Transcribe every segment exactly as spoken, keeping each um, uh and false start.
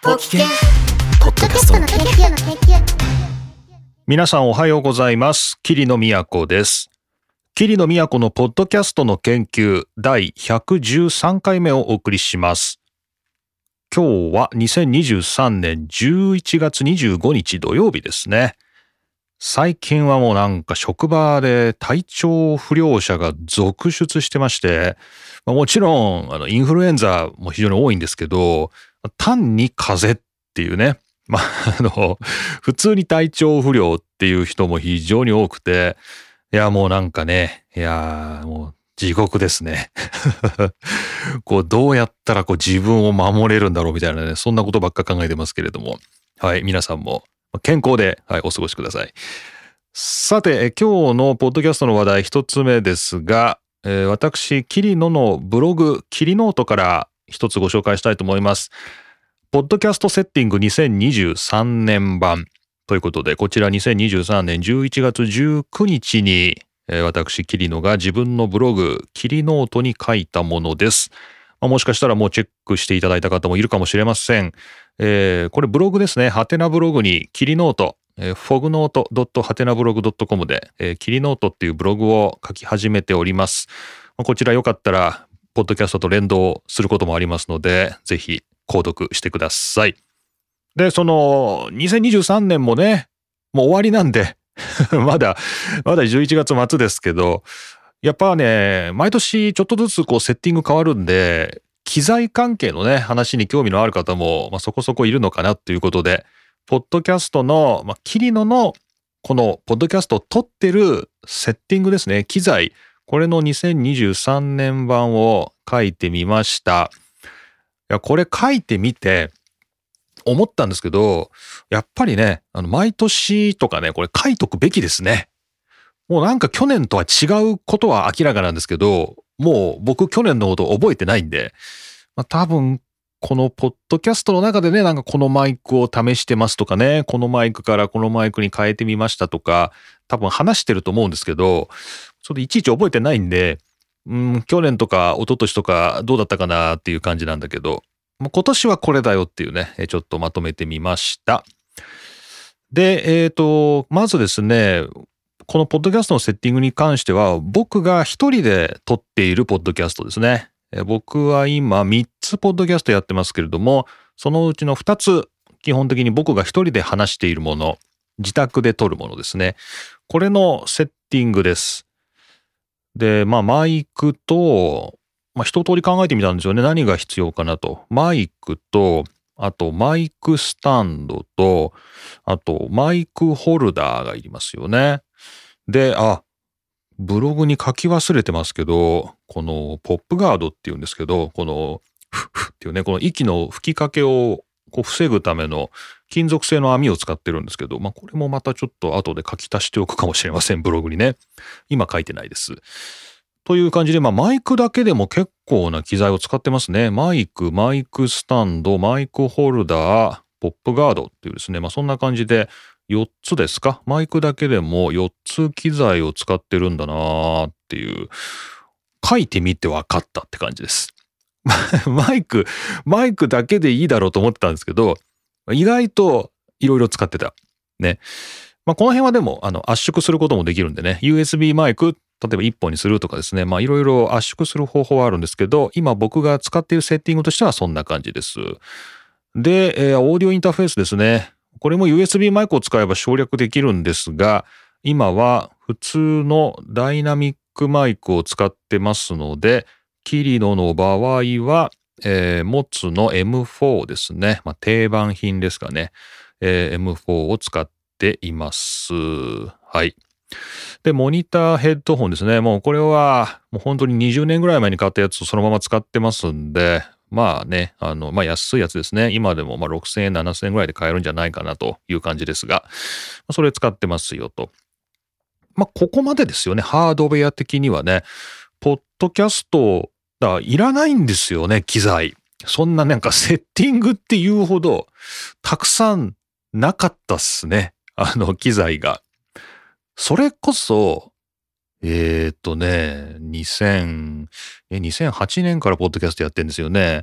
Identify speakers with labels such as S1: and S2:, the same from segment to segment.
S1: ポキケンポッドキャストの研究の研究。
S2: 皆さんおはようございます。桐野都です。桐野都のポッドキャストの研究だいひゃくじゅうさんかいめをお送りします。今日はにせんにじゅうさんねんじゅういちがつにじゅうごにち土曜日ですね。最近はもうなんか職場で体調不良者が続出してまして、もちろんあのインフルエンザも非常に多いんですけど、単に風邪っていうね、まあ、あの普通に体調不良っていう人も非常に多くて、いやもうなんかね、いやもう地獄ですね。こうどうやったらこう自分を守れるんだろうみたいなね、そんなことばっか考えてますけれども、はい、皆さんも健康で、はい、お過ごしください。さて、今日のポッドキャストの話題一つ目ですが、えー、私桐野のブログ桐ノートから一つご紹介したいと思います。ポッドキャストセッティングにせんにじゅうさんねん版ということで、こちらにせんにじゅうさんねんじゅういちがつじゅうくにちに、えー、私桐野が自分のブログ桐ノートに書いたものです。まあ、もしかしたらもうチェックしていただいた方もいるかもしれません。えー、これブログですね。ハテナブログに桐ノート、えー、フォグノート ドットハテナブログ ドットコム で、えー、桐ノートっていうブログを書き始めております。まあ、こちらよかったらポッドキャストと連動することもありますので、ぜひ購読してください。で、そのにせんにじゅうさんねんもね、もう終わりなんでまだまだじゅういちがつ末ですけど、やっぱね、毎年ちょっとずつこうセッティング変わるんで、機材関係のね話に興味のある方も、まあ、そこそこいるのかなということで、ポッドキャストの、まあ、桐野のこのポッドキャストを撮ってるセッティングですね、機材、これのにせんにじゅうさんねん版を書いてみました。いや、これ書いてみて思ったんですけど、やっぱりね、あの毎年とかね、これ書いとくべきですね。もうなんか去年とは違うことは明らかなんですけど、もう僕去年のこと覚えてないんで、まあ、多分このポッドキャストの中でね、なんかこのマイクを試してますとかね、このマイクからこのマイクに変えてみましたとか、多分話してると思うんですけど、ちょっといちいち覚えてないんで、うん、去年とか一昨年とかどうだったかなっていう感じなんだけど、もう今年はこれだよっていうね、ちょっとまとめてみました。で、えっと、まずですね、このポッドキャストのセッティングに関しては、僕が一人で撮っているポッドキャストですね。僕は今みっつポッドキャストやってますけれども、そのうちのふたつ、基本的に僕が一人で話しているもの、自宅で撮るものですね。これのセッティングです。で、まあマイクと、まあ一通り考えてみたんですよね。何が必要かなと。マイクと、あとマイクスタンドと、あとマイクホルダーがいりますよね。で、あ、ブログに書き忘れてますけど、このポップガードっていうんですけど、このフッフッっていうね、この息の吹きかけをこう防ぐための金属製の網を使ってるんですけど、まあこれもまたちょっと後で書き足しておくかもしれません、ブログにね。今書いてないです。という感じで、まあマイクだけでも結構な機材を使ってますね。マイク、マイクスタンド、マイクホルダー、ポップガードっていうですね、まあそんな感じでよっつですか。マイクだけでもよっつ機材を使ってるんだなーっていう、書いてみて分かったって感じです。マイク、マイクだけでいいだろうと思ってたんですけど、意外といろいろ使ってた。ね。まあ、この辺はでも、あの、圧縮することもできるんでね、ユーエスビー マイク、例えばいっぽんにするとかですね、まあ、いろいろ圧縮する方法はあるんですけど、今僕が使っているセッティングとしてはそんな感じです。で、えー、オーディオインターフェースですね。これも ユーエスビー マイクを使えば省略できるんですが、今は普通のダイナミックマイクを使ってますので、桐野の場合は、えー、モツの エムフォー ですね。まあ、定番品ですかね。えー、エムフォー を使っています。はい。で、モニターヘッドホンですね。もうこれはもう本当ににじゅうねんぐらい前に買ったやつをそのまま使ってますんで、まあね、あの、まあ安いやつですね。今でもまあろくせんえん、ななせんえんぐらいで買えるんじゃないかなという感じですが、それ使ってますよと。まあここまでですよね。ハードウェア的にはね。ポッドキャスト、だからいらないんですよね、機材。そんななんかセッティングっていうほどたくさんなかったっすね。あの機材が。それこそ、えーっとね、にせん、え、にせんはちねんからポッドキャストやってんですよね。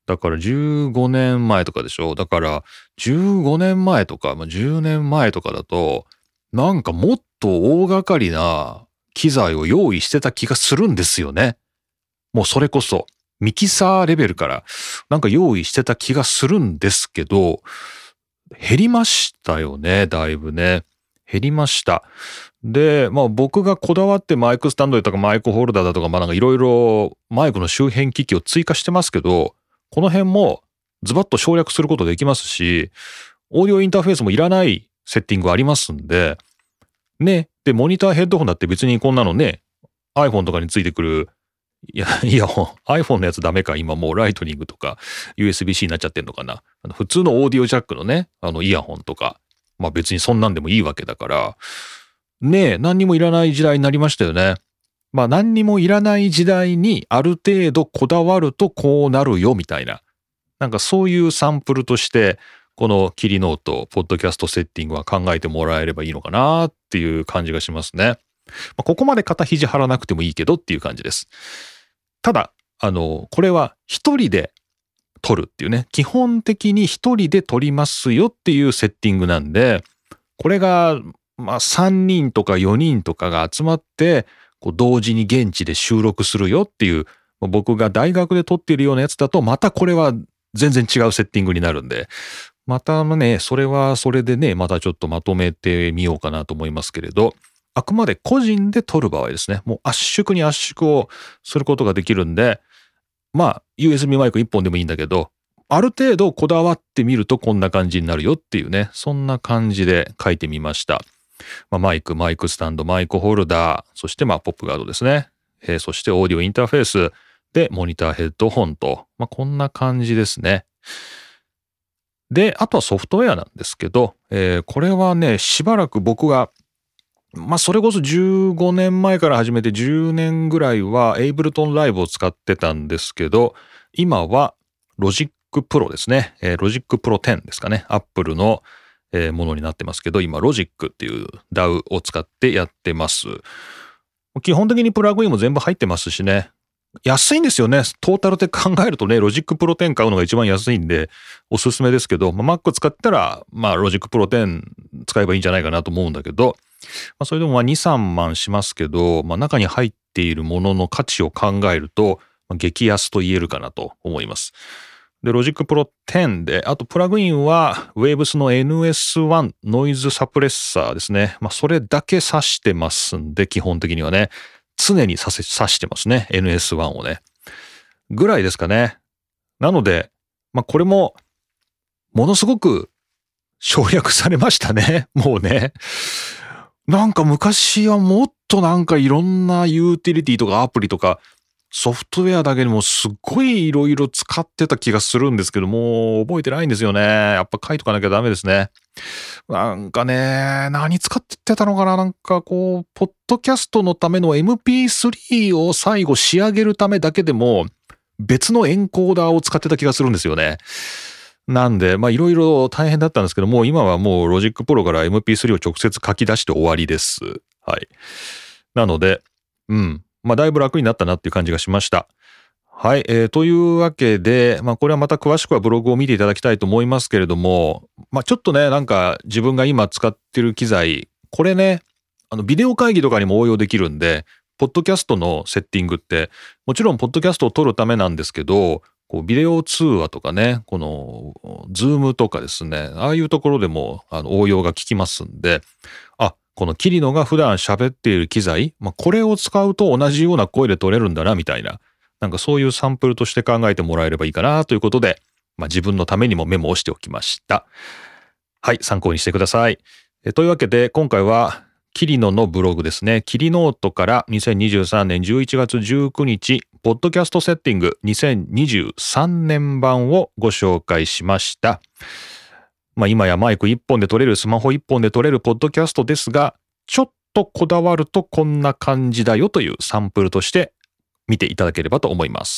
S2: だからじゅうごねんまえとかでしょ。だからじゅうごねんまえとか、まあ、じゅうねんまえとかだと、なんかもっと大掛かりな機材を用意してた気がするんですよね。もうそれこそミキサーレベルからなんか用意してた気がするんですけど、減りましたよね、だいぶね。減りました。で、まあ僕がこだわってマイクスタンドとかマイクホルダーだとか、まあなんかいろいろマイクの周辺機器を追加してますけど、この辺もズバッと省略することできますし、オーディオインターフェースもいらないセッティングありますんで、ね。で、モニターヘッドホンだって別にこんなのね、iPhone とかについてくる、いや、イヤホン、iPhone のやつダメか、今もうライトニングとか ユーエスビー-C になっちゃってんのかな。あの普通のオーディオジャックのね、あのイヤホンとか、まあ別にそんなんでもいいわけだから、ねえ、何にもいらない時代になりましたよね。まあ何にもいらない時代にある程度こだわるとこうなるよみたいな。なんかそういうサンプルとして、このキリノート、ポッドキャストセッティングは考えてもらえればいいのかなっていう感じがしますね。まあ、ここまで肩肘張らなくてもいいけどっていう感じです。ただ、あの、これは一人で撮るっていうね、基本的に一人で撮りますよっていうセッティングなんで、これが、まあさんにんとかよにんとかが集まって、こう同時に現地で収録するよっていう、僕が大学で撮っているようなやつだと、またこれは全然違うセッティングになるんで、またね、それはそれでね、またちょっとまとめてみようかなと思いますけれど、あくまで個人で撮る場合ですね、もう圧縮に圧縮をすることができるんで、まあ ユーエスビー マイクいっぽんでもいいんだけど、ある程度こだわってみるとこんな感じになるよっていうね、そんな感じで書いてみました。まあ、マイク、マイクスタンド、マイクホルダー、そしてまあポップガードですね。えー、そしてオーディオインターフェースでモニターヘッドホンと、まあこんな感じですね。で、あとはソフトウェアなんですけど、えー、これはね、しばらく僕が、まあそれこそじゅうごねんまえから始めてじゅうねんぐらいはエイブルトンライブを使ってたんですけど、今はロジックプロですね。えー、ロジックプロテンですかね。アップルのえー、ものになってますけど、今ロジックっていう ダウ を使ってやってます。基本的にプラグインも全部入ってますしね。安いんですよね。トータルで考えるとね、ロジックプロテン買うのが一番安いんで、おすすめですけど、まあ、Mac 使ったら、まあ、ロジックプロテン使えばいいんじゃないかなと思うんだけど、まあ、それでもまあに、さんまんしますけど、まあ、中に入っているものの価値を考えると、まあ、激安と言えるかなと思います。で、ロジックプロテンで、あとプラグインは Waves の エヌエスワン ノイズサプレッサーですね。まあそれだけ挿してますんで、基本的にはね、常に挿してますね。エヌエスワン をね。ぐらいですかね。なので、まあこれも、ものすごく省略されましたね。もうね。なんか昔はもっとなんかいろんなユーティリティとかアプリとか、ソフトウェアだけでもすっごいいろいろ使ってた気がするんですけども、覚えてないんですよね。やっぱ書いとかなきゃダメですね。なんかね、何使ってたのかな。なんかこう、ポッドキャストのための エムピースリー を最後仕上げるためだけでも、別のエンコーダーを使ってた気がするんですよね。なんで、まあいろいろ大変だったんですけども、今はもうロジックプロから エムピースリー を直接書き出して終わりです。はい。なので、うん。まあ、だいぶ楽になったなっていう感じがしました。はい。えー、というわけで、まあ、これはまた詳しくはブログを見ていただきたいと思いますけれども、まあ、ちょっとね、なんか自分が今使ってる機材、これね、あの、ビデオ会議とかにも応用できるんで、ポッドキャストのセッティングって、もちろんポッドキャストを撮るためなんですけど、こうビデオ通話とかね、この、ズームとかですね、ああいうところでもあの応用が効きますんで、あ、このキリノが普段喋っている機材、まあ、これを使うと同じような声で撮れるんだな、みたいな。なんかそういうサンプルとして考えてもらえればいいかなということで、まあ、自分のためにもメモをしておきました。はい、参考にしてください。えというわけで、今回はキリノのブログですね。キリノートからにせんにじゅうさんねんじゅういちがつじゅうくにち、ポッドキャストセッティングにせんにじゅうさんねん版をご紹介しました。まあ今やマイクいっぽんで撮れる、スマホいっぽんで撮れるポッドキャストですが、ちょっとこだわるとこんな感じだよというサンプルとして見ていただければと思います。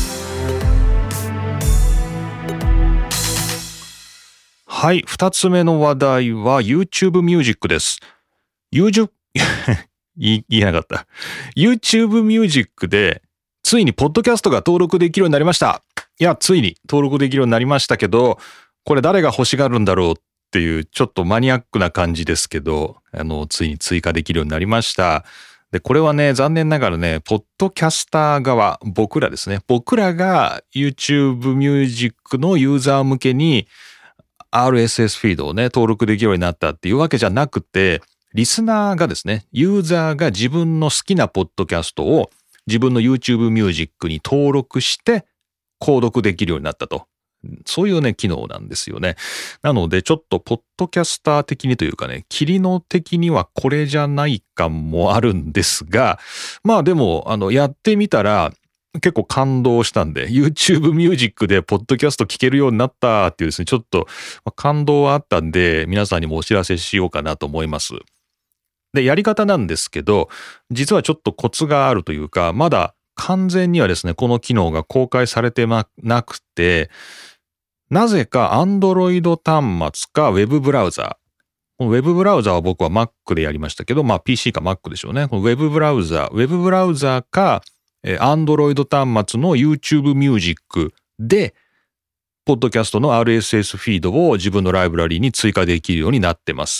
S2: はい、二つ目の話題は YouTube ミュージックです。YouTube 言えなかった。YouTube ミュージックでついにポッドキャストが登録できるようになりました。 いや、ついに登録できるようになりましたけど、これ誰が欲しがるんだろうっていうちょっとマニアックな感じですけど、あの、ついに追加できるようになりました。で、これはね、残念ながらね、ポッドキャスター側、僕らですね。僕らが YouTube Music のユーザー向けに アールエスエス フィードをね、登録できるようになったっていうわけじゃなくて、リスナーがですね、ユーザーが自分の好きなポッドキャストを自分の YouTube Music に登録して購読できるようになったと。そういうね、機能なんですよね。なので、ちょっとポッドキャスター的にというかね、キリノ的にはこれじゃない感もあるんですが、まあでも、あの、やってみたら結構感動したんで、YouTube Music でポッドキャスト聞けるようになったっていうですね、ちょっと感動はあったんで、皆さんにもお知らせしようかなと思います。で、やり方なんですけど、実はちょっとコツがあるというか、まだ完全にはですね、この機能が公開されてなくて、なぜか Android 端末か Web ブラウザー。この Web ブラウザーは僕は Mac でやりましたけど、まあ ピーシー か Mac でしょうね。この Web ブラウザー、Web ブラウザーか Android 端末の YouTube Music で、ポッドキャストの アールエスエス フィードを自分のライブラリーに追加できるようになってます。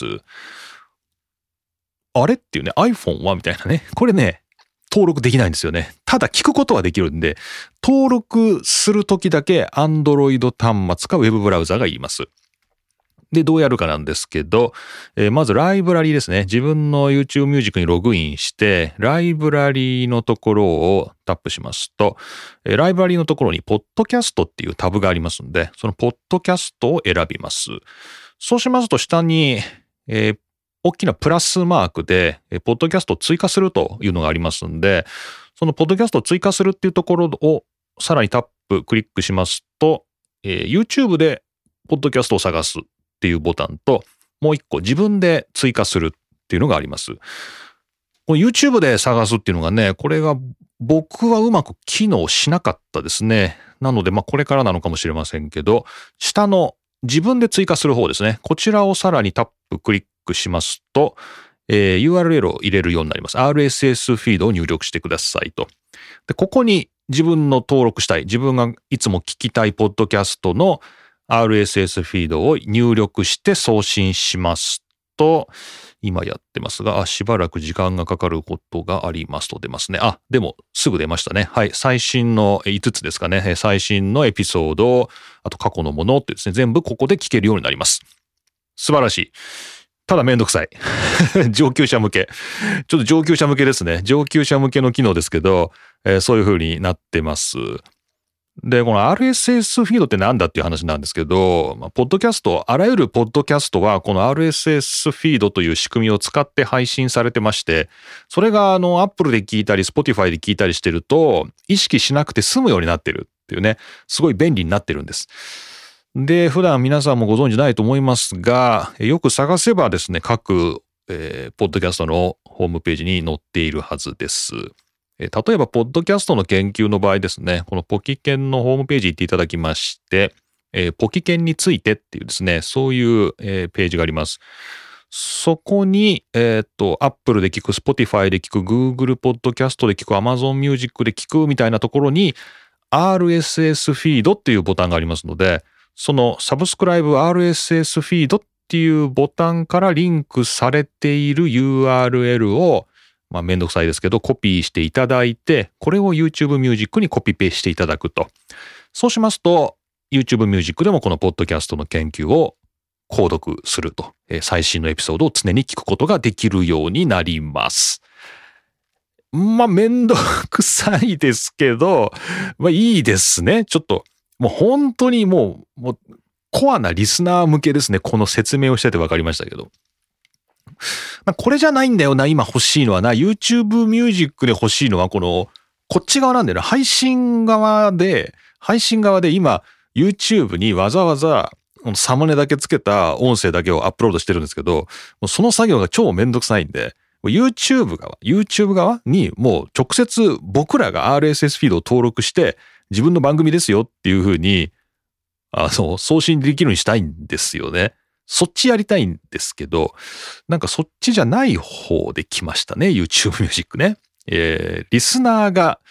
S2: あれっていうね、iPhone はみたいなね。これね、登録できないんですよね。ただ聞くことはできるんで、登録するときだけ Android 端末か Web ブラウザが言います。で、どうやるかなんですけど、えー、まずライブラリーですね。自分の YouTube Music にログインして、ライブラリーのところをタップしますと、えー、ライブラリーのところにポッドキャストっていうタブがありますんで、そのポッドキャストを選びます。そうしますと下に、えー大きなプラスマークで、ポッドキャストを追加するというのがありますんで、そのポッドキャストを追加するっていうところをさらにタップ、クリックしますと、えー、YouTube でポッドキャストを探すっていうボタンと、もう一個自分で追加するっていうのがあります。この YouTube で探すっていうのがね、これが僕はうまく機能しなかったですね。なので、まあこれからなのかもしれませんけど、下の自分で追加する方ですね。こちらをさらにタップ、クリックしますと、えー、ユーアールエル を入れるようになります。アールエスエス フィードを入力してくださいと。で、ここに自分の登録したい、自分がいつも聞きたいポッドキャストの アールエスエス フィードを入力して送信しますと、今やってますが、あ、しばらく時間がかかることがありますと出ますね。あ、でもすぐ出ましたね。はい。最新のいつつですかね。最新のエピソード、あと過去のものってですね、全部ここで聞けるようになります。素晴らしい。ただめんどくさい。上級者向け。ちょっと上級者向けですね。上級者向けの機能ですけど、えー、そういう風になってます。で、この アールエスエス フィードってなんだっていう話なんですけど、まあ、ポッドキャスト、あらゆるポッドキャストはこの アールエスエス フィードという仕組みを使って配信されてまして、それがあの Apple で聞いたり Spotify で聞いたりしてると意識しなくて済むようになってるっていうね、すごい便利になってるんです。で、普段皆さんもご存知ないと思いますが、よく探せばですね、各、えー、ポッドキャストのホームページに載っているはずです。例えば、ポッドキャストの研究の場合ですね、このポキケンのホームページ行っていただきまして、えー、ポキケンについてっていうですね、そういう、えー、ページがあります。そこに、えっと、Apple で聞く、Spotify で聞く、Google ポッドキャストで聞く、Amazon Music で聞くみたいなところに アールエスエス フィードっていうボタンがありますので、そのサブスクライブ アールエスエス フィードっていうボタンからリンクされている ユーアールエル をまあめんどくさいですけどコピーしていただいて、これを YouTube Music にコピペしていただくと。そうしますと YouTube Music でもこのポッドキャストの研究を購読すると、最新のエピソードを常に聞くことができるようになります。まあめんどくさいですけど、まあいいですね。ちょっともう本当にもう、もうコアなリスナー向けですね。この説明をしてて分かりましたけど。これじゃないんだよな、今欲しいのはな。YouTube Music で欲しいのはこの、こっち側なんだよな。配信側で、配信側で今 YouTube にわざわざサムネだけつけた音声だけをアップロードしてるんですけど、その作業が超めんどくさいんで、YouTube 側、YouTube 側にもう直接僕らが アールエスエス フィードを登録して自分の番組ですよっていう風に、あの、送信できるようにしたいんですよね。そっちやりたいんですけど、なんかそっちじゃない方で来ましたね、YouTube Music ね。えー、リスナーが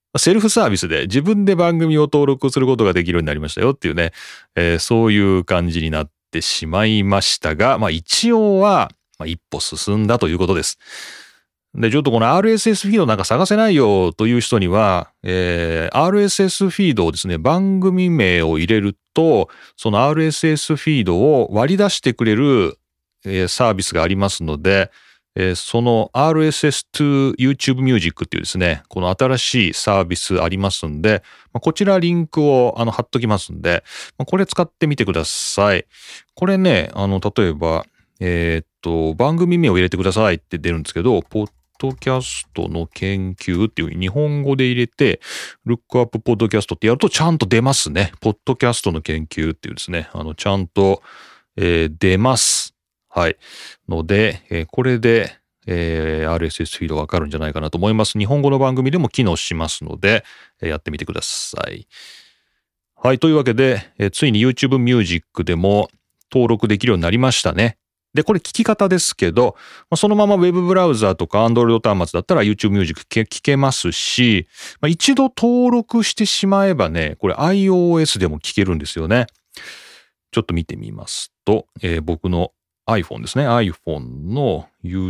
S2: セルフサービスで自分で番組を登録することができるようになりましたよっていうね、えー、そういう感じになってしまいましたが、まあ一応は、まあ、一歩進んだということです。で、ちょっとこの アールエスエス フィードなんか探せないよという人には、えー、アールエスエス フィードをですね、番組名を入れると、その アールエスエス フィードを割り出してくれる、えー、サービスがありますので、えー、その アールエスエス to YouTube Music っていうですね、この新しいサービスありますんで、まあ、こちらリンクをあの貼っときますんで、まあ、これ使ってみてください。これね、あの、例えば、えー、っと、番組名を入れてくださいって出るんですけど、ポッドキャストの研究っていう風に日本語で入れて、ルックアップポッドキャストってやるとちゃんと出ますね。ポッドキャストの研究っていうですね、あの、ちゃんと、えー、出ます。はい。ので、えー、これで、えー、アールエスエス フィードわかるんじゃないかなと思います。日本語の番組でも機能しますので、えー、やってみてください。はい。というわけで、えー、ついに YouTube Music でも登録できるようになりましたね。で、これ聞き方ですけど、まあ、そのまま Web ブラウザーとか Android 端末だったら YouTube Music 聞けますし、まあ、一度登録してしまえばね、これ iOS でも聞けるんですよね。ちょっと見てみますと、えー、僕の iPhone ですね。iPhone の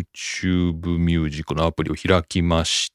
S2: YouTube Music のアプリを開きまして、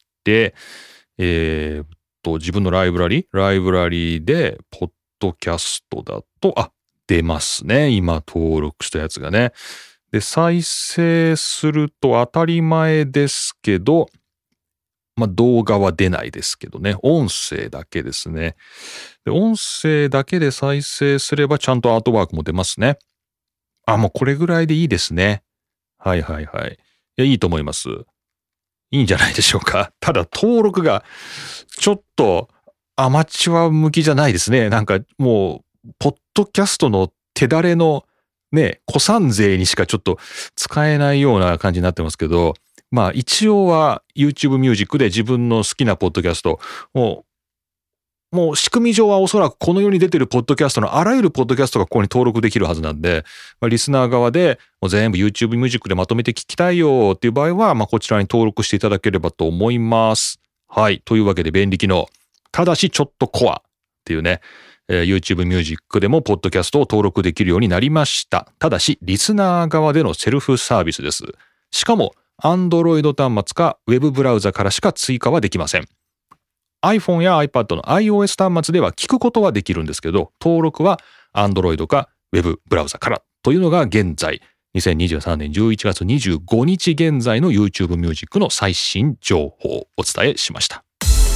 S2: えー、っと、自分のライブラリライブラリで、ポッドキャストだと、あ、出ますね。今登録したやつがね。で、再生すると当たり前ですけど、まあ動画は出ないですけどね。音声だけですね。で、音声だけで再生すればちゃんとアートワークも出ますね。あ、もうこれぐらいでいいですね。はいはいはい。いや、いいと思います。いいんじゃないでしょうか。ただ登録がちょっとアマチュア向きじゃないですね。なんかもう、ポッドキャストの手だれのね、古参勢にしかちょっと使えないような感じになってますけど、まあ一応は YouTube Music で自分の好きなポッドキャストをもう仕組み上はおそらくこの世に出てるポッドキャストのあらゆるポッドキャストがここに登録できるはずなんで、まあ、リスナー側でもう全部 YouTube Music でまとめて聞きたいよっていう場合は、まあ、こちらに登録していただければと思います。はい。というわけで便利機能。ただしちょっとコアっていうね、えー、YouTube Music でもポッドキャストを登録できるようになりました。ただしリスナー側でのセルフサービスです。しかも Android 端末か Web ブラウザからしか追加はできません。iPhone や iPad の iOS 端末では聞くことはできるんですけど、登録は Android か Web ブラウザからというのが現在、にせんにじゅうさんねんじゅういちがつにじゅうごにち現在の YouTube Music の最新情報をお伝えしました。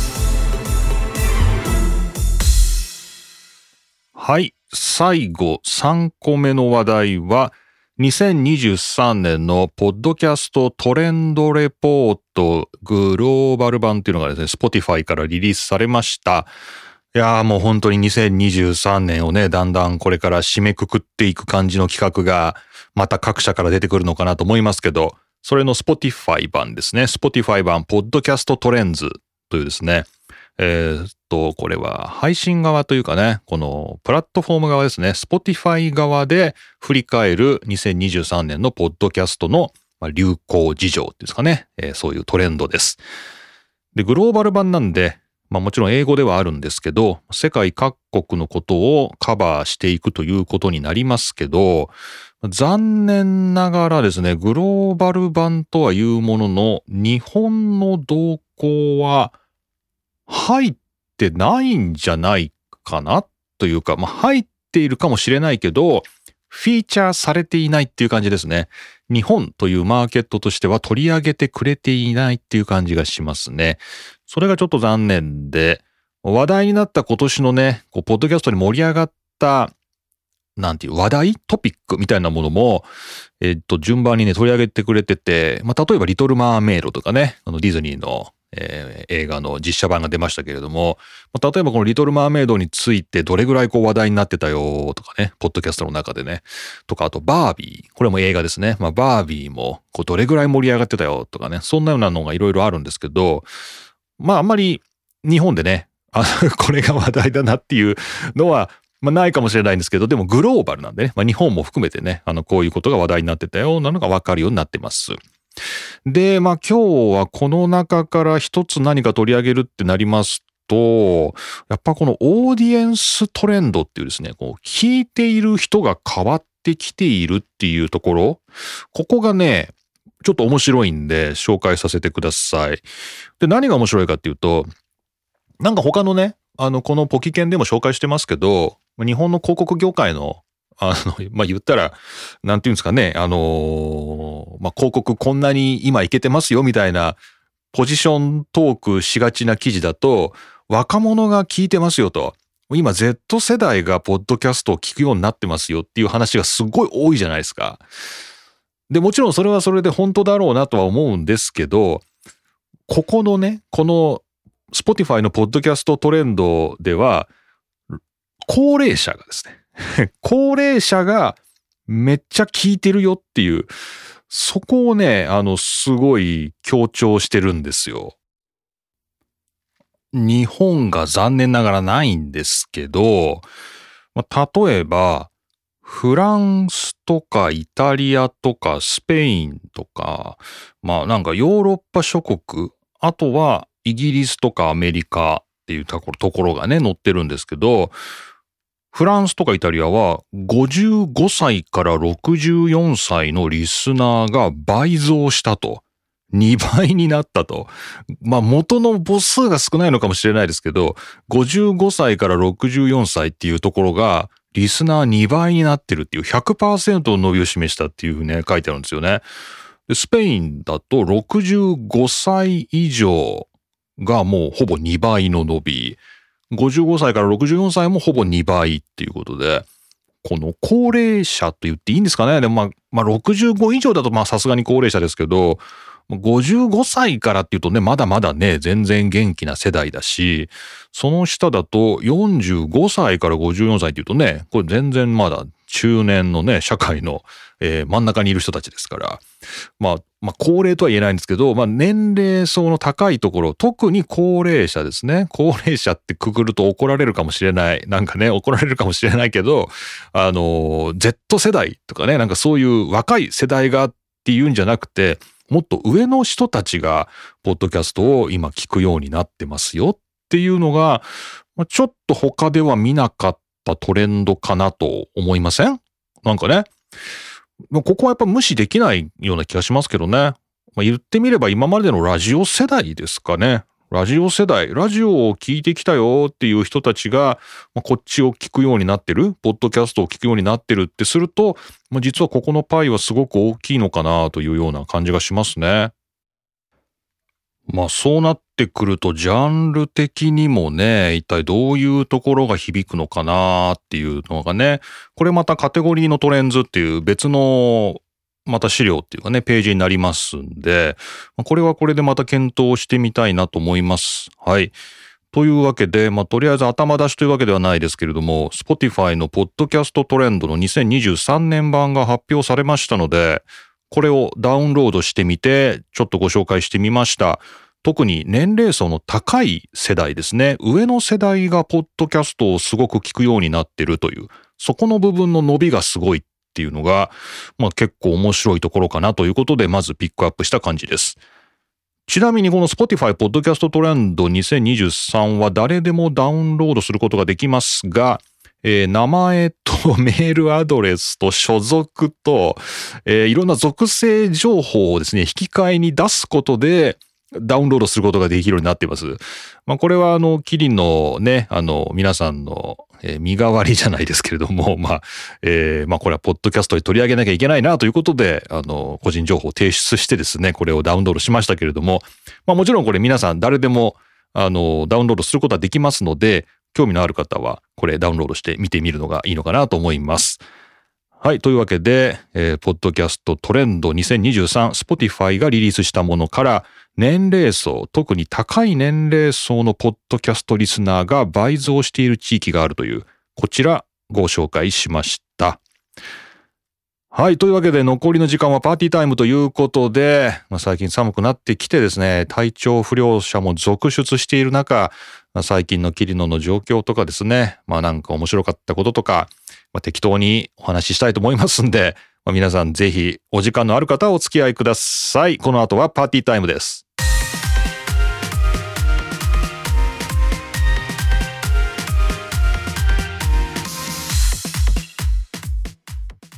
S2: はい、最後さんこめの話題は、にせんにじゅうさんねんのポッドキャストトレンドレポートグローバル版っていうのがですね、Spotify からリリースされました。いやーもう本当ににせんにじゅうさんねんをね、だんだんこれから締めくくっていく感じの企画がまた各社から出てくるのかなと思いますけど、それの Spotify 版ですね。Spotify 版ポッドキャストトレンズというですね、えー、っと、これは配信側というかね、このプラットフォーム側ですね、Spotify 側で振り返るにせんにじゅうさんねんのポッドキャストの流行事情っていうんですかね、えー、そういうトレンドです。で、グローバル版なんで、まあもちろん英語ではあるんですけど、世界各国のことをカバーしていくということになりますけど、残念ながらですね、グローバル版とはいうものの、日本の動向は入ってないんじゃないかなというか、まあ入っているかもしれないけど、フィーチャーされていないっていう感じですね。日本というマーケットとしては取り上げてくれていないっていう感じがしますね。それがちょっと残念で、話題になった今年のね、こうポッドキャストに盛り上がった、なんていう話題トピックみたいなものも、えっと、順番にね、取り上げてくれてて、まあ、例えばリトルマーメイドとかね、あのディズニーの、えー、映画の実写版が出ましたけれども、まあ、例えばこのリトルマーメイドについてどれぐらいこう話題になってたよとかね、ポッドキャストの中でね、とかあとバービー、これも映画ですね。まあ、バービーもこうどれぐらい盛り上がってたよとかね、そんなようなのがいろいろあるんですけど、まああんまり日本でね、あこれが話題だなっていうのは、まあないかもしれないんですけど、でもグローバルなんでね、まあ日本も含めてね、あのこういうことが話題になってたようなのがわかるようになってます。で、まあ今日はこの中から一つ何か取り上げるってなりますと、やっぱこのオーディエンストレンドっていうですね、こう聞いている人が変わってきているっていうところ、ここがね、ちょっと面白いんで紹介させてください。で、何が面白いかっていうと、なんか他のね、あの、このポキケンでも紹介してますけど、日本の広告業界の、あの、まあ、言ったら、なんていうんですかね、あのー、まあ、広告こんなに今いけてますよみたいなポジショントークしがちな記事だと、若者が聞いてますよと。今 Z 世代がポッドキャストを聞くようになってますよっていう話がすごい多いじゃないですか。で、もちろんそれはそれで本当だろうなとは思うんですけど、ここのね、この Spotify のポッドキャストトレンドでは、高齢者がですね、高齢者がめっちゃ聞いてるよっていう、そこをね、あの、すごい強調してるんですよ。日本が残念ながらないんですけど、まあ、例えば、フランスとかイタリアとかスペインとか、まあなんかヨーロッパ諸国、あとはイギリスとかアメリカっていうところがね、載ってるんですけど、フランスとかイタリアはごじゅうごさいからろくじゅうよんさいのリスナーが倍増したと。にばいになったと。まあ元の母数が少ないのかもしれないですけど、ごじゅうごさいからろくじゅうよんさいっていうところがリスナーにばいになってるっていう ひゃくパーセント の伸びを示したっていうふうにね、書いてあるんですよね。でスペインだとろくじゅうごさい以上がもうほぼにばいの伸び。ごじゅうごさいからろくじゅうよんさいもほぼにばいっていうことで、この高齢者と言っていいんですかね。でもまあ、まあろくじゅうご以上だとまあさすがに高齢者ですけど、ごじゅうごさいからっていうとね、まだまだね、全然元気な世代だし、その下だとよんじゅうごさいからごじゅうよんさいっていうとね、これ全然まだ中年のね、社会の、えー、真ん中にいる人たちですから、まあ、まあ高齢とは言えないんですけど、まあ年齢層の高いところ、特に高齢者ですね。高齢者ってくくると怒られるかもしれない。なんかね、怒られるかもしれないけど、あの、Z 世代とかね、なんかそういう若い世代がっていうんじゃなくて、もっと上の人たちがポッドキャストを今聞くようになってますよっていうのが、ちょっと他では見なかったトレンドかなと思いません？なんかね、ここはやっぱ無視できないような気がしますけどね。まあ、言ってみれば今までのラジオ世代ですかね。ラジオ世代、ラジオを聞いてきたよっていう人たちが、まあ、こっちを聞くようになってる、ポッドキャストを聞くようになってるってすると、まあ、実はここのパイはすごく大きいのかなというような感じがしますね。まあそうなってくるとジャンル的にもね、一体どういうところが響くのかなっていうのがね、これまたカテゴリーのトレンズっていう別のまた資料っていうかね、ページになりますんで、これはこれでまた検討してみたいなと思います。はい。というわけで、まあ、とりあえず頭出しというわけではないですけれども、Spotify のポッドキャストトレンドのにせんにじゅうさんねん版が発表されましたので、これをダウンロードしてみて、ちょっとご紹介してみました。特に年齢層の高い世代ですね。上の世代がポッドキャストをすごく聞くようになってるという、そこの部分の伸びがすごいっていうのが、まあ結構面白いところかなということで、まずピックアップした感じです。ちなみにこの Spotify Podcast Trend にせんにじゅうさんは誰でもダウンロードすることができますが、えー、名前とメールアドレスと所属と、えー、いろんな属性情報をですね、引き換えに出すことで、ダウンロードすることができるようになっています。まあこれはあの、キリンのね、あの、皆さんの、えー、身代わりじゃないですけれども、まあ、えー、まあこれはポッドキャストで取り上げなきゃいけないなということで、あの、個人情報を提出してですね、これをダウンロードしましたけれども、まあもちろんこれ皆さん誰でも、あの、ダウンロードすることはできますので、興味のある方はこれダウンロードして見てみるのがいいのかなと思います。はい。というわけで、えー、ポッドキャストトレンドにせんにじゅうさん、Spotify がリリースしたものから、年齢層、特に高い年齢層のポッドキャストリスナーが倍増している地域があるという、こちらご紹介しました。はい。というわけで残りの時間はパーティータイムということで、まあ、最近寒くなってきてですね、体調不良者も続出している中、まあ、最近のキリノの状況とかですね、まあなんか面白かったこととか、まあ、適当にお話ししたいと思いますんで、まあ、皆さんぜひお時間のある方はお付き合いください。この後はパーティータイムです。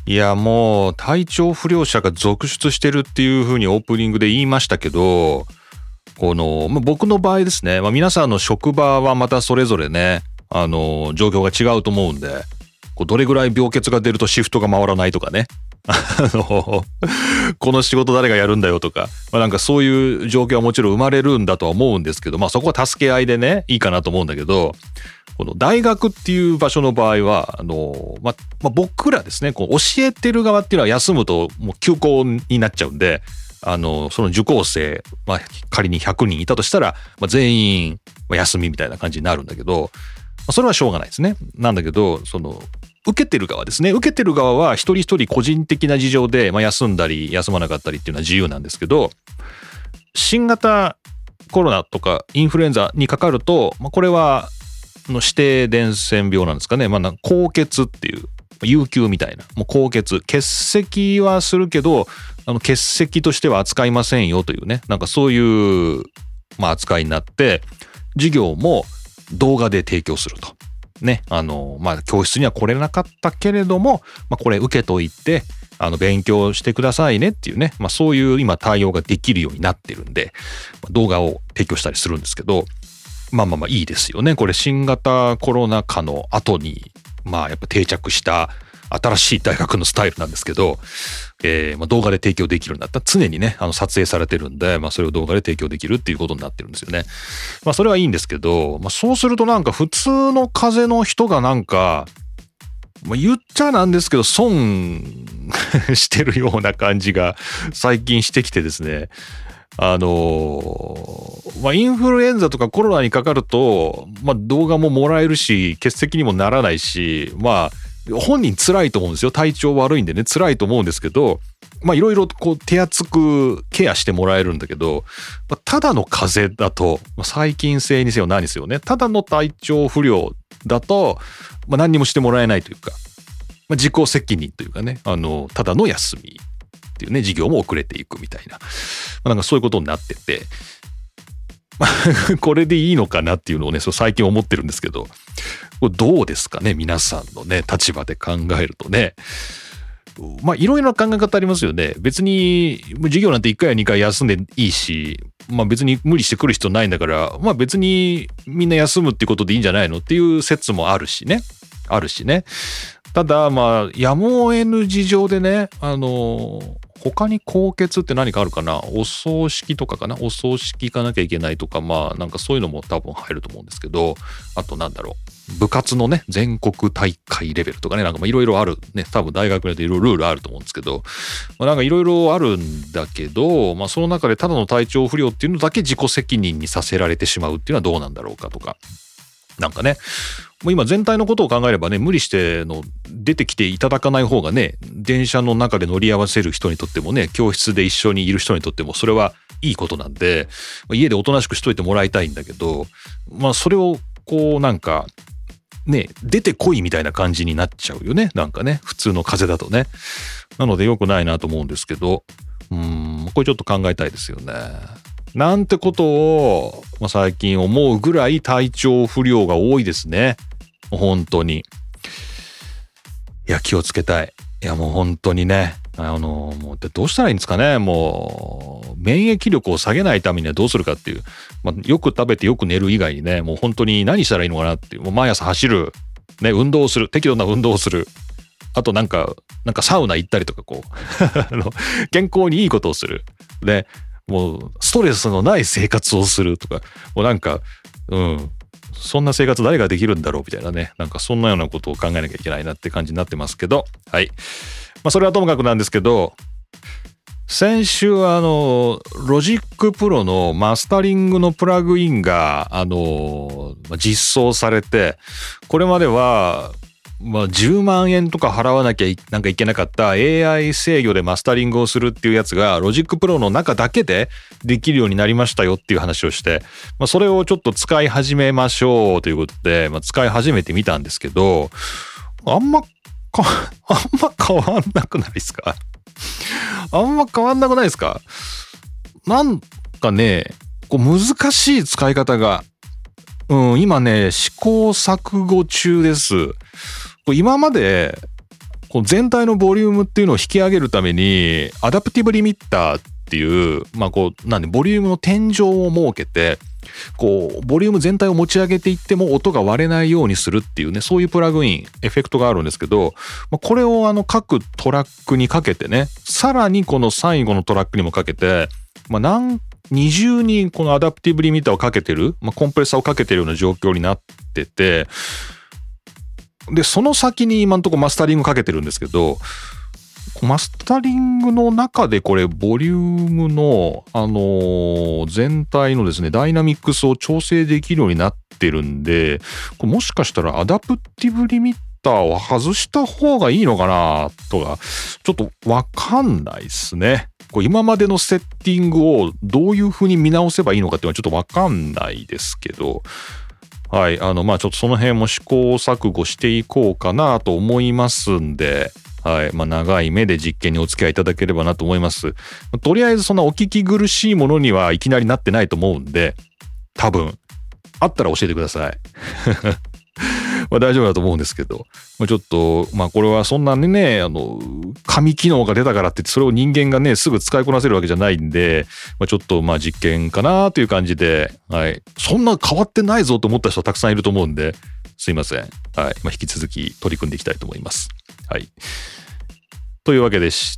S2: いやもう体調不良者が続出してるっていう風にオープニングで言いましたけど、この、まあ、僕の場合ですね、まあ、皆さんの職場はまたそれぞれね、あの状況が違うと思うんで、こうどれぐらい病欠が出るとシフトが回らないとかね、あのこの仕事誰がやるんだよとか、まあ、なんかそういう状況はもちろん生まれるんだとは思うんですけど、まあそこは助け合いでねいいかなと思うんだけど、この大学っていう場所の場合はあの、ままあ、僕らですね、こう教えてる側っていうのは休むともう休校になっちゃうんで、あのその受講生、まあ、仮にひゃくにんいたとしたら、まあ、全員休みみたいな感じになるんだけど、まあ、それはしょうがないですね。なんだけどその受けてる側ですね。受けてる側は一人一人個人的な事情で、まあ、休んだり休まなかったりっていうのは自由なんですけど、新型コロナとかインフルエンザにかかると、まあ、これはの指定伝染病なんですかね。まあ、高血っていう有給みたいな、もう高血、欠席はするけどあの欠席としては扱いませんよというね、なんかそういう、まあ、扱いになって、授業も動画で提供すると。ね、あのまあ教室には来れなかったけれども、まあ、これ受けといてあの勉強してくださいねっていうね、まあ、そういう今対応ができるようになってるんで、動画を提供したりするんですけど、まあまあまあいいですよね。これ新型コロナ禍の後にまあやっぱ定着した新しい大学のスタイルなんですけど、えー、まあ動画で提供できるんだったら常にねあの撮影されてるんで、まあそれを動画で提供できるっていうことになってるんですよね。まあそれはいいんですけど、まあそうするとなんか普通の風邪の人がなんか、まあ、言っちゃなんですけど損してるような感じが最近してきてですね。あのー、まあインフルエンザとかコロナにかかると、まあ動画ももらえるし欠席にもならないし、まあ本人辛いと思うんですよ。体調悪いんでね辛いと思うんですけど、まあいろいろこう手厚くケアしてもらえるんだけど、まあ、ただの風邪だと、まあ、細菌性にせよ何にせよね、ただの体調不良だと、まあ、何にもしてもらえないというか、まあ、自己責任というかね、あのただの休みっていうね、授業も遅れていくみたいな、まあ、なんかそういうことになってて、まあ、これでいいのかなっていうのをねそう最近思ってるんですけど、これどうですかね皆さんのね立場で考えるとね。まあいろいろな考え方ありますよね。別に授業なんていっかいやにかい休んでいいし、まあ別に無理してくる必要ないんだから、まあ別にみんな休むっていうことでいいんじゃないのっていう説もあるしね。あるしね。ただまあやむを得ぬ事情でね、あの他に高血って何かあるかな、お葬式とかかな、お葬式行かなきゃいけないとか、まあなんかそういうのも多分入ると思うんですけど、あとなんだろう、部活のね全国大会レベルとかね、なんかいろいろあるね、多分大学によっていろいろルールあると思うんですけど、まあ、なんかいろいろあるんだけど、まあその中でただの体調不良っていうのだけ自己責任にさせられてしまうっていうのはどうなんだろうかとか、なんかね、もう今全体のことを考えればね、無理しての出てきていただかない方がね、電車の中で乗り合わせる人にとってもね、教室で一緒にいる人にとってもそれはいいことなんで、家でおとなしくしといてもらいたいんだけど、まあそれをこうなんかね、出てこいみたいな感じになっちゃうよね、なんかね、普通の風邪だとね。なので良くないなと思うんですけど、うーん、これちょっと考えたいですよね。なんてことを、まあ、最近思うぐらい体調不良が多いですね。本当に。いや、気をつけたい。いや、もう本当にね。あの、もう、どうしたらいいんですかね。もう、免疫力を下げないためにはどうするかっていう。まあ、よく食べてよく寝る以外にね、もう本当に何したらいいのかなっていう。もう毎朝走る。ね、運動をする。適度な運動をする。あとなんか、なんかサウナ行ったりとかこう、あの健康にいいことをする。で、もうストレスのない生活をするとか、もうなんか、うん、そんな生活誰ができるんだろうみたいなね、なんかそんなようなことを考えなきゃいけないなって感じになってますけど、はい。まあそれはともかくなんですけど、先週あの、ロジックプロのマスタリングのプラグインが、あの、実装されて、これまでは、まあ、じゅうまんえんとか払わなきゃいなんかいけなかった エーアイ 制御でマスタリングをするっていうやつがロジックプロの中だけでできるようになりましたよっていう話をして、まあ、それをちょっと使い始めましょうということで、まあ、使い始めてみたんですけど、あんまかあんま変わんなくないですか？あんま変わんなくないですか？なんかね、こう難しい使い方が、うん、今ね試行錯誤中です。今までこの全体のボリュームっていうのを引き上げるためにアダプティブリミッターっていう、まあこうなんでボリュームの天井を設けて、こうボリューム全体を持ち上げていっても音が割れないようにするっていうね、そういうプラグインエフェクトがあるんですけど、まあ、これをあの各トラックにかけてね、さらにこの最後のトラックにもかけて、まあ何二重にこのアダプティブリミッターをかけてる、まあ、コンプレッサーをかけてるような状況になってて、でその先に今のところマスタリングかけてるんですけど、マスタリングの中でこれボリュームのあのー、全体のですねダイナミックスを調整できるようになってるんで、これもしかしたらアダプティブリミッターを外した方がいいのかなとかちょっとわかんないですね。こう今までのセッティングをどういう風に見直せばいいのかっていうのはちょっとわかんないですけど、はい、あのまあちょっとその辺も試行錯誤していこうかなと思いますんで、はい、まあ長い目で実験にお付き合いいただければなと思います。とりあえずそんなお聞き苦しいものにはいきなりなってないと思うんで、多分あったら教えてください。まあ大丈夫だと思うんですけど、まあ、ちょっとまあこれはそんなにね、あの神機能が出たからってそれを人間がねすぐ使いこなせるわけじゃないんで、まあ、ちょっとまあ実験かなという感じで、はい、そんな変わってないぞと思った人たくさんいると思うんで、すいません、はい、まあ、引き続き取り組んでいきたいと思います。はい。というわけでした。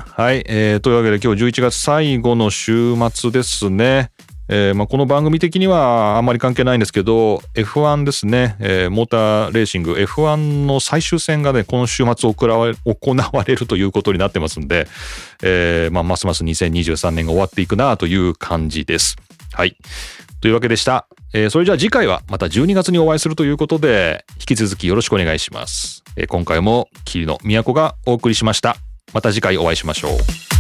S2: はい、えー、というわけで今日じゅういちがつ最後の週末ですね。えーまあ、この番組的にはあんまり関係ないんですけど エフワン ですね、えー、モーターレーシング エフワン の最終戦がねこの週末行われ、行われるということになってますんで、えーまあ、ますますにせんにじゅうさんねんが終わっていくなという感じです。はい、というわけでした。えー、それじゃあ次回はまたじゅうにがつにお会いするということで、引き続きよろしくお願いします。えー、今回も桐野都がお送りしました。また次回お会いしましょう。